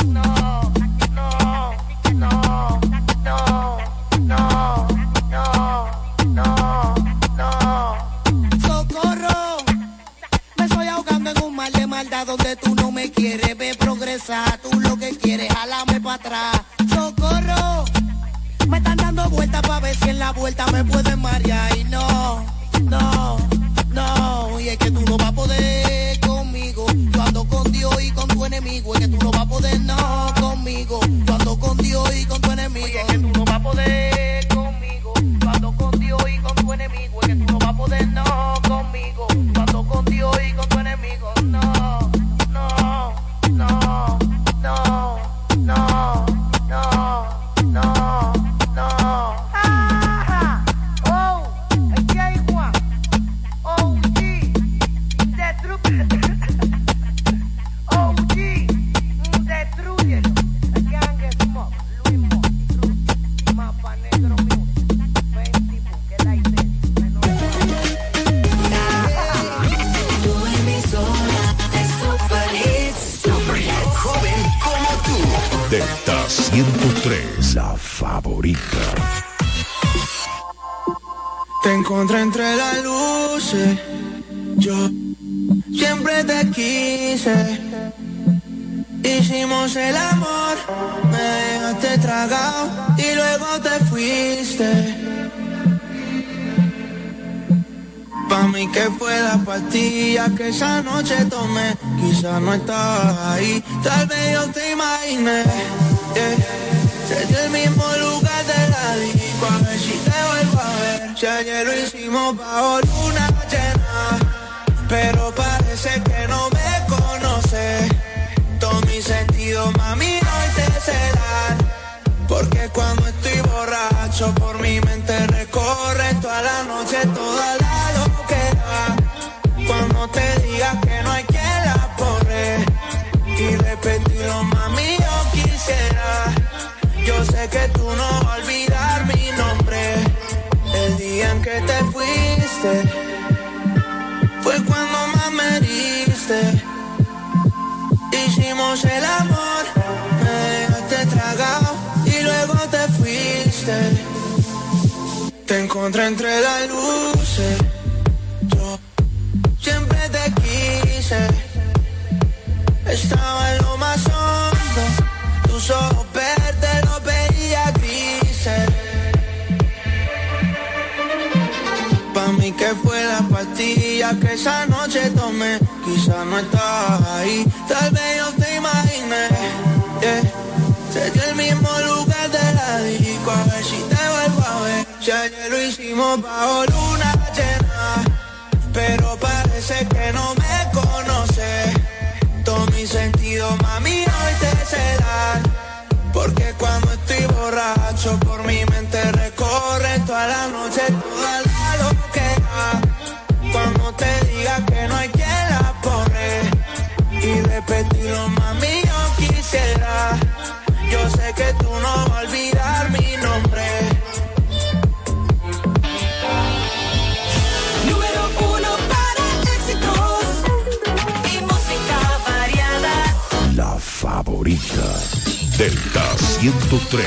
Socorro, me estoy ahogando en un mar de maldad donde tú no me quieres ver progresar. Tú lo que quieres, jálame para atrás. Socorro, me están dando vueltas para ver si en la vuelta me pueden marear. Y no, y es que tú no vas a poder conmigo. Yo ando con Dios y con tu enemigo. Es que tú no vas a poder, no, conmigo. Yo ando con Dios y con tu enemigo. Y es que tú no vas a poder conmigo. Yo ando con Dios y con tu enemigo. Es que tú no vas a poder, no, conmigo. Yo ando con Dios y con tu enemigo. Delta 103, la favorita. Te encontré entre las luces, yo siempre te quise. Hicimos el amor, me dejaste tragado y luego te fuiste. Pa' mí que fue la pastilla que esa noche tomé. Quizás no estabas ahí, tal vez yo te imaginé. Desde el mismo lugar de la disco, a ver si te vuelvo a ver. Si ayer lo hicimos bajo luna llena, pero parece que no me conoces. Todo mi sentido, mami, hoy te serán. Porque cuando estoy borracho, por mi mente recorre toda la noche, toda la loquera. Cuando te digas que no hay quien la borre y repetirlo, mami, yo quisiera. Yo sé que tú no vas a olvidar mi nombre. El día en que te fuiste fue cuando más me heriste. Hicimos el amor, me dejaste tragado y luego te fuiste. Te encontré entre las luces, yo siempre te quise. Estaba en lo más hondo, tus ojos verdes los veía grises. Pa' mí que fue la pastilla que esa noche tomé. Quizás no estabas ahí, tal vez yo te imaginé. Desde el mismo lugar de la disco, a ver si te vuelvo a ver. Si ayer lo hicimos bajo luna llena, pero parece que no me conoces. Todo mi sentido, mami, hoy te serán. Porque cuando estoy borracho, por mi mente recorre toda la noche, toda la loquera. Cuando te diga que no hay quien la borre y repetirlo, mami, yo quisiera. Yo sé que tú no vas a olvidar mi nombre. Número 1 para éxitos y música variada. La favorita. Delta 103.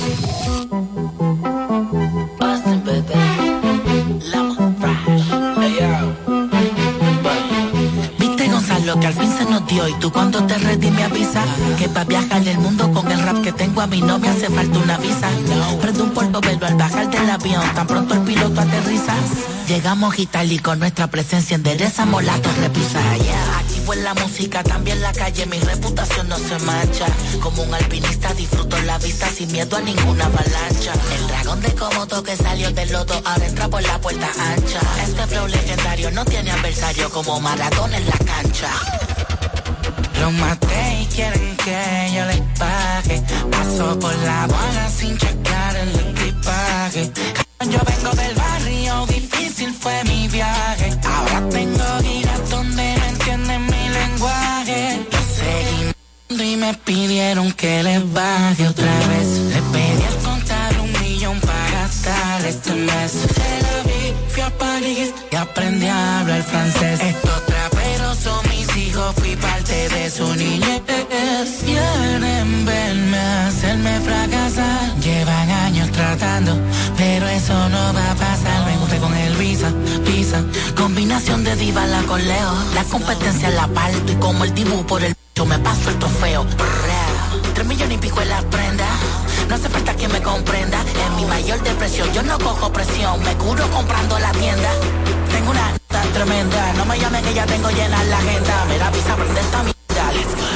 Austin, baby. Lama Fresh. Hey, yo. Viste, Gonzalo, lo que al fin se nos dio. Y tú cuando te ready me avisa que pa' viajar el mundo con el rap que tengo a mí no me hace falta una visa. Prendo un portobelo al bajar del avión, tan pronto el piloto aterriza. Llegamos Italia y con nuestra presencia enderezamos la torre Pisa. Yeah. Activo en la música, también la calle, mi reputación no se mancha. Como un alpinista disfruto la vista sin miedo a ninguna avalancha. El dragón de Komodo que salió del lodo ahora entra por la puerta ancha. Este flow legendario no tiene adversario como Maradona en la cancha. Los maté y quieren que yo les pague. Paso por la aduana sin checar el equipaje. Yo vengo del barrio, difícil fue mi viaje. Ahora tengo giras donde no entienden mi lenguaje. Yo seguí y me pidieron que les baje otra vez. Les pedí al contar 1 millón para gastar este mes. Se la vi, fui a París y aprendí a hablar francés. Estos traperos son mis hijos, fui parte de su niñez. Quieren verme hacerme fracasar. Llevan años tratando, pero eso no va a pasar. Me guste con el visa. Combinación de diva la coleo. La competencia la parto y como el dibujo por el yo me paso el trofeo. 3 millones y pico en la prenda. No hace falta que me comprenda. En mi mayor depresión yo no cojo presión. Me curo comprando la tienda. Tengo una nota tremenda. No me llamen que ya tengo llena la agenda. Me da visa, prende esta mierda. Let's go.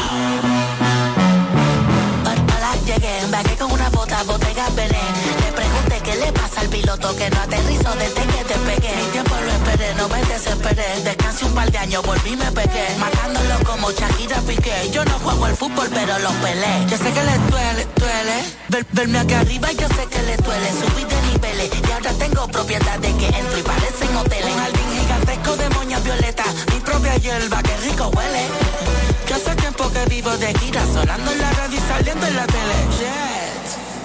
Hola, llegué, embarqué con una botella Belén. Le pregunté qué le pasa al piloto que no aterrizó desde que te pegué. El tiempo lo esperé, no me desesperé. Descansé un par de años, volví y me pegué. Matándolo como Shakira Piqué. Yo no juego al fútbol, pero los peleé. Yo sé que les duele. Verme aquí arriba, yo sé que les duele. Subí de niveles y ahora tengo propiedades que entro y parecen hoteles. Un jardín gigantesco de moñas violetas. Mi propia hierba, que rico huele. Yo hace tiempo que vivo de gira, sonando en la radio y saliendo en la tele. Yes.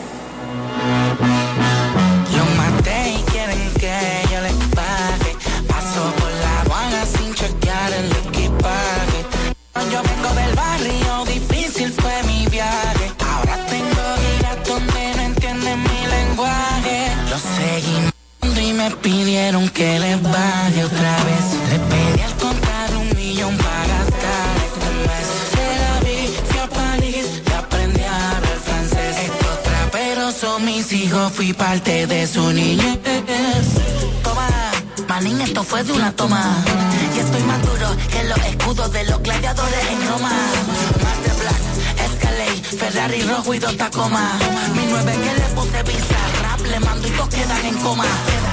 Los maté y quieren que yo les pague. Paso por la aduana sin chequear el equipaje. Yo vengo del barrio, difícil fue mi viaje. Ahora tengo giras donde no entienden mi lenguaje. Los seguí y me pidieron que les baje otra vez. Les pedí al contar 1 millón para gastar este mes. Se la vi, fui a París y aprendí a hablar francés. Estos traperos son mis hijos, fui parte de su niñez. Toma, manín, esto fue de una toma. Y estoy más duro que los escudos de los gladiadores en Roma. Más de Black, Escalade, Ferrari rojo y 2 Tacoma. Mi 9 que le puse visa, rap le mando y todos quedan en coma.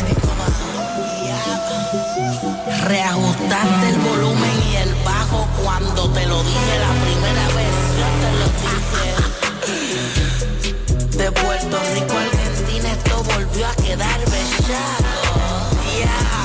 Reajustaste el volumen y el bajo cuando te lo dije la primera vez. Yo te lo dije. De Puerto Rico a Argentina esto volvió a quedar bellaco. Yeah.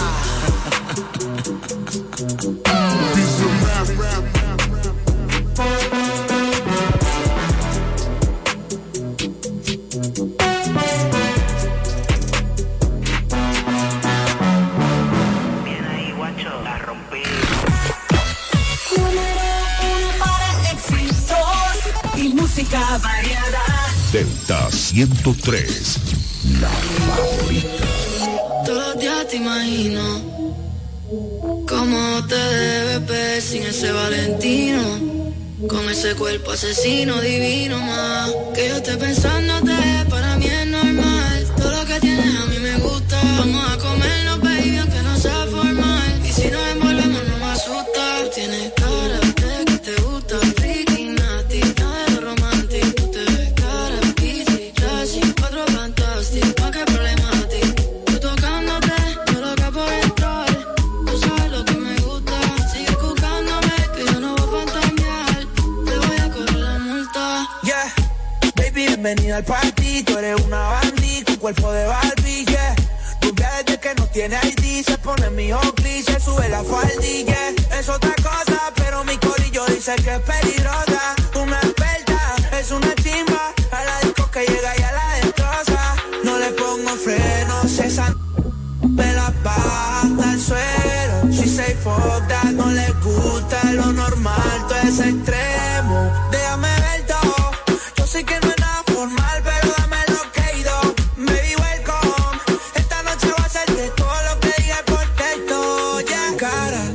Bien ahí, guacho, la rompí. Número 1 para éxitos y música variada. Delta 103, la favorita. Todos los días te imagino cómo te debes ver sin ese Valentino, con ese cuerpo asesino divino más. Que yo esté pensándote, para mí es normal. Todo lo que tienes a mí me gusta. Vamos a comernos, baby, aunque no sea formal. Y si nos envolvemos no me asusta. Tú tienes cara de que te gusta, freaky, nasty, nada de lo romántico. Tú te ves cara, easy, classy, 4 fantastic, ¿pa' qué problemático? Tú tocándote, yo loca por entrar. Tú sabes lo que me gusta. Sigue buscándome, que yo no voy a fantamear. Te voy a correr la multa. Yeah, baby, bienvenida al party. Tú eres una bandit con cuerpo de Barbie, yeah. Rubia desde que no tiene ID. Se pone mi Oakley, se sube la faldilla, yeah. Es otra cosa, pero mi corillo dice que es peligrosa. Una experta, es una chimba. A la disco que llega y a la destroza. No le pongo frenos, esa me la baja hasta el suelo. She say fuck that, no le gusta lo normal, todo es extremo. Déjame ver todo, yo sé que no es nada formal, pero dame lo que he ido. Baby, welcome, esta noche va a ser de todo lo que dije por texto, yeah. Cara de que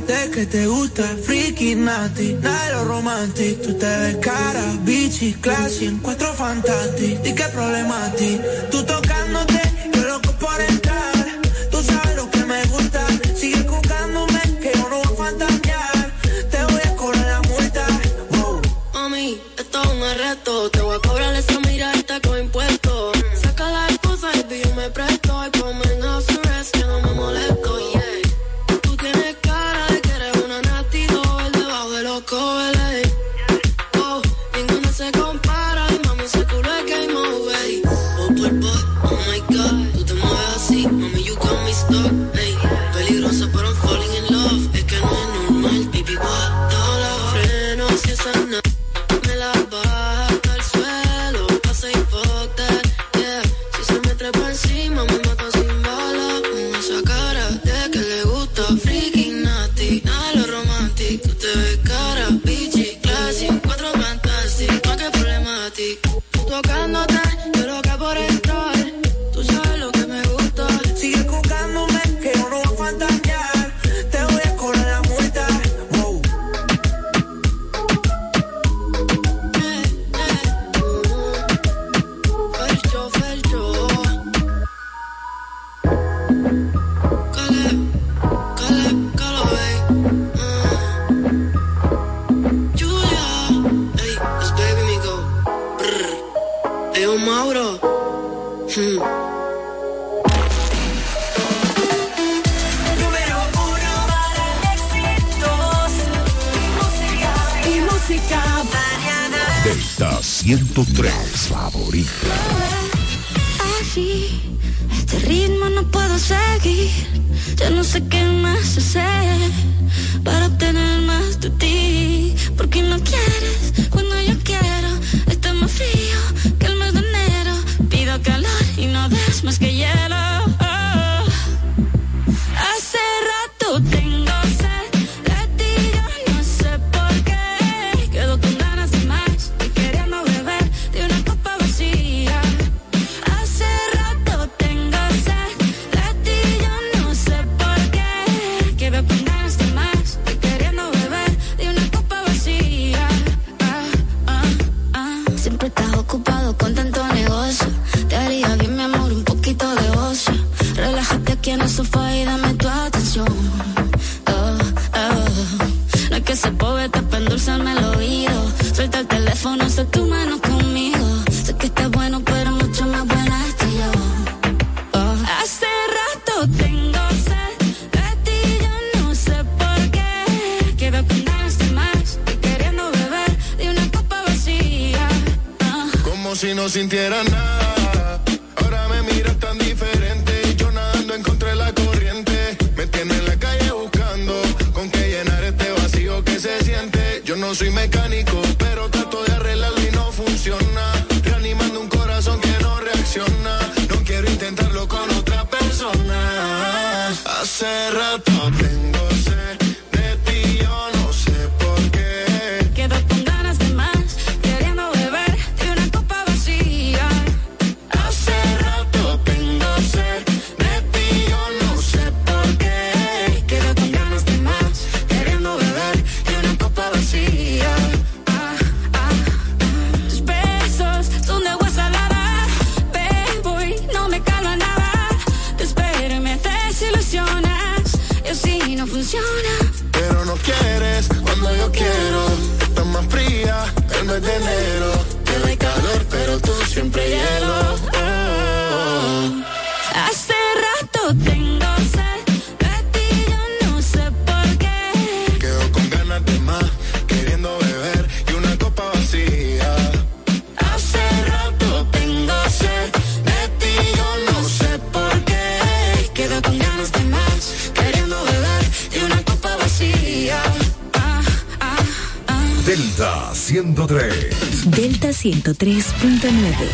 que te gusta, freaky, naughty, nada de lo romantic. Tú te ves cara, bichi, classy, en 4 fantastic. ¿Y qué problema a ti? Tú tocándote, yo loco por entrar. Tú sabes lo que me gusta, sigue jugándome, que yo no voy a fantasear. Te voy a cobrar la multa. Wow. Mami, esto es un arresto, te voy a cobrar esa mirada con impuestos. Saca la excusa y yo me presto. Y ponme en house arrest, que no me molesto, yeah. Tú tienes cara de que eres una nasty doll, debajo de los covers, oh, ninguno se compara. Y mami, ese culo es game over. Oh, boy, oh my God, tú te mueves así, mami, you got me stuck, ey. Peligrosa, pero I'm falling in love. Es que no es normal, baby, what? Todos los frenos y esa me la baja hasta el suelo. Pasa y fuck that, yeah. Si se me trepa encima, me mata sin bala. Con esa cara de que le gusta, freaky, naughty, nada de lo romantic. Tú te ves cara, bichi, classy, 4 fantastic. No, qué problema a ti. Tocándote, yo loca por entrar. Tú sabes lo que me gusta. Sigue jugándome, que yo no voy a fantasear. Te voy a cobrar la multa. Wow. Felcho. Caleb, Julia, ey, it's baby Migo. Ey, un Mauro. Número 1 para éxitos y música variada. Delta 103, favorita. Así, este ritmo no puedo seguir. Ya no sé qué más hacer para obtener más de ti. Porque no quieres cuando yo quiero. Está más frío que el mes de enero. Pido calor y no des más que hielo. Oh. Hace rato tengo sed de ti, yo no sé por qué. Quedo con ganas de más y queriendo beber de una copa vacía. Hace rato tengo sed de ti, yo no sé por qué. Quedo con ganas de más y queriendo beber de una copa vacía. Siempre estás ocupado con tanto negocio. Te haría bien, mi amor, un poquito de ocio. Relájate aquí en el sofá y dame tu atención. No hay que ser poeta para endulzarme el oído. Suelta el teléfono, haz tu mano conmigo. Sé que estás bueno, pero mucho más buena estoy yo. Hace rato tengo sed de ti, yo no sé por qué. Quedo con ganas de más y queriendo beber de una copa vacía. Como si no sintiera nada. Ahora me miras tan diferente. Yo nadando en contra de la corriente. Me tiene en la calle buscando con qué llenar este vacío que se siente. Yo no soy mecánico, pero trato de arreglarlo y no funciona. Reanimando un corazón que no reacciona. No quiero intentarlo con otra persona. Hace rato tengo sed de ti, yo no sé por qué. Quedo con ganas de más, queriendo beber de una copa vacía. Hace rato tengo sed de ti, yo no sé por qué. Quedo con ganas de más, queriendo beber de una copa vacía. Tus besos son de agua salada, baby, no me calma nada. Te espero y me desilusionas, y así no funciona. Pero no quieres cuando yo quiero. Estás más fría el mes de enero. Te doy calor, pero tú siempre hielo. Hace rato tengo sed de ti, yo no sé por qué. Quedo con ganas de más, queriendo beber y una copa vacía. Hace rato tengo sed de ti, yo no sé por qué. Quedo con ganas de más, queriendo beber y una copa vacía. Delta 103. Delta 103.9.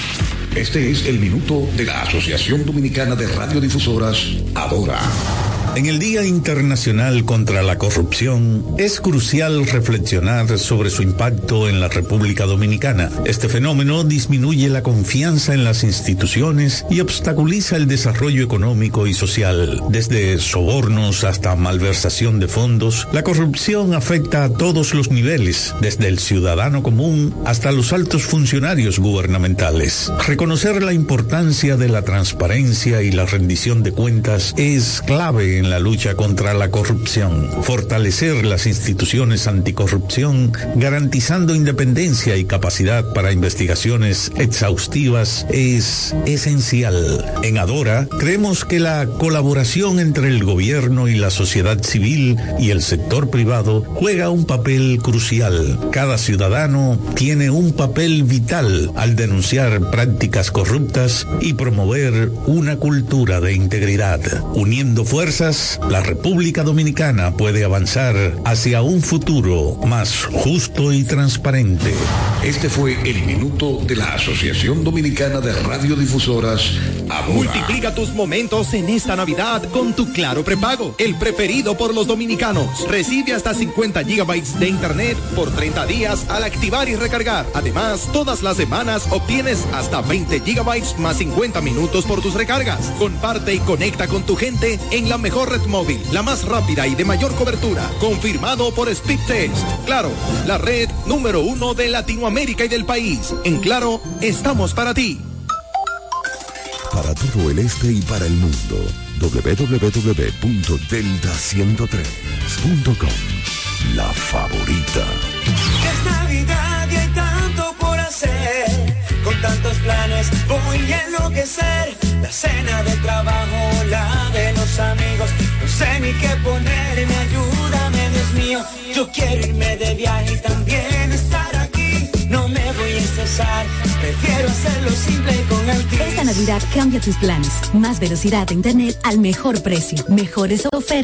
Este es el minuto de la Asociación Dominicana de Radiodifusoras, Adora. En el Día Internacional contra la Corrupción, es crucial reflexionar sobre su impacto en la República Dominicana. Este fenómeno disminuye la confianza en las instituciones y obstaculiza el desarrollo económico y social. Desde sobornos hasta malversación de fondos, la corrupción afecta a todos los niveles, desde el ciudadano común hasta los altos funcionarios gubernamentales. Reconocer la importancia de la transparencia y la rendición de cuentas es clave en la lucha contra la corrupción. Fortalecer las instituciones anticorrupción, garantizando independencia y capacidad para investigaciones exhaustivas, es esencial. En Adora, creemos que la colaboración entre el gobierno y la sociedad civil y el sector privado juega un papel crucial. Cada ciudadano tiene un papel vital al denunciar prácticas corruptas y promover una cultura de integridad. Uniendo fuerzas, la República Dominicana puede avanzar hacia un futuro más justo y transparente. Este fue el minuto de la Asociación Dominicana de Radiodifusoras, Adora. Multiplica tus momentos en esta Navidad con tu Claro Prepago, el preferido por los dominicanos. Recibe hasta 50 gigabytes de internet por 30 días al activar y recargar. Además, todas las semanas obtienes hasta 20 gigabytes más 50 minutos por tus recargas. Comparte y conecta con tu gente en la mejor red móvil, la más rápida y de mayor cobertura, confirmado por Speedtest. Claro, la red número 1 de Latinoamérica y del país. En Claro, estamos para ti. Para todo el este y para el mundo, www.delta103.com. La favorita. Es Navidad y hay tanto por hacer. Con tantos planes voy a enloquecer. La cena de trabajo, la de los amigos. No sé ni qué ponerme, ayúdame, Dios mío. Yo quiero irme de viaje y también estar aquí. No me voy a estresar, prefiero hacerlo simple con Altis. Esta Navidad cambia tus planes. Más velocidad de internet al mejor precio. Mejores ofertas.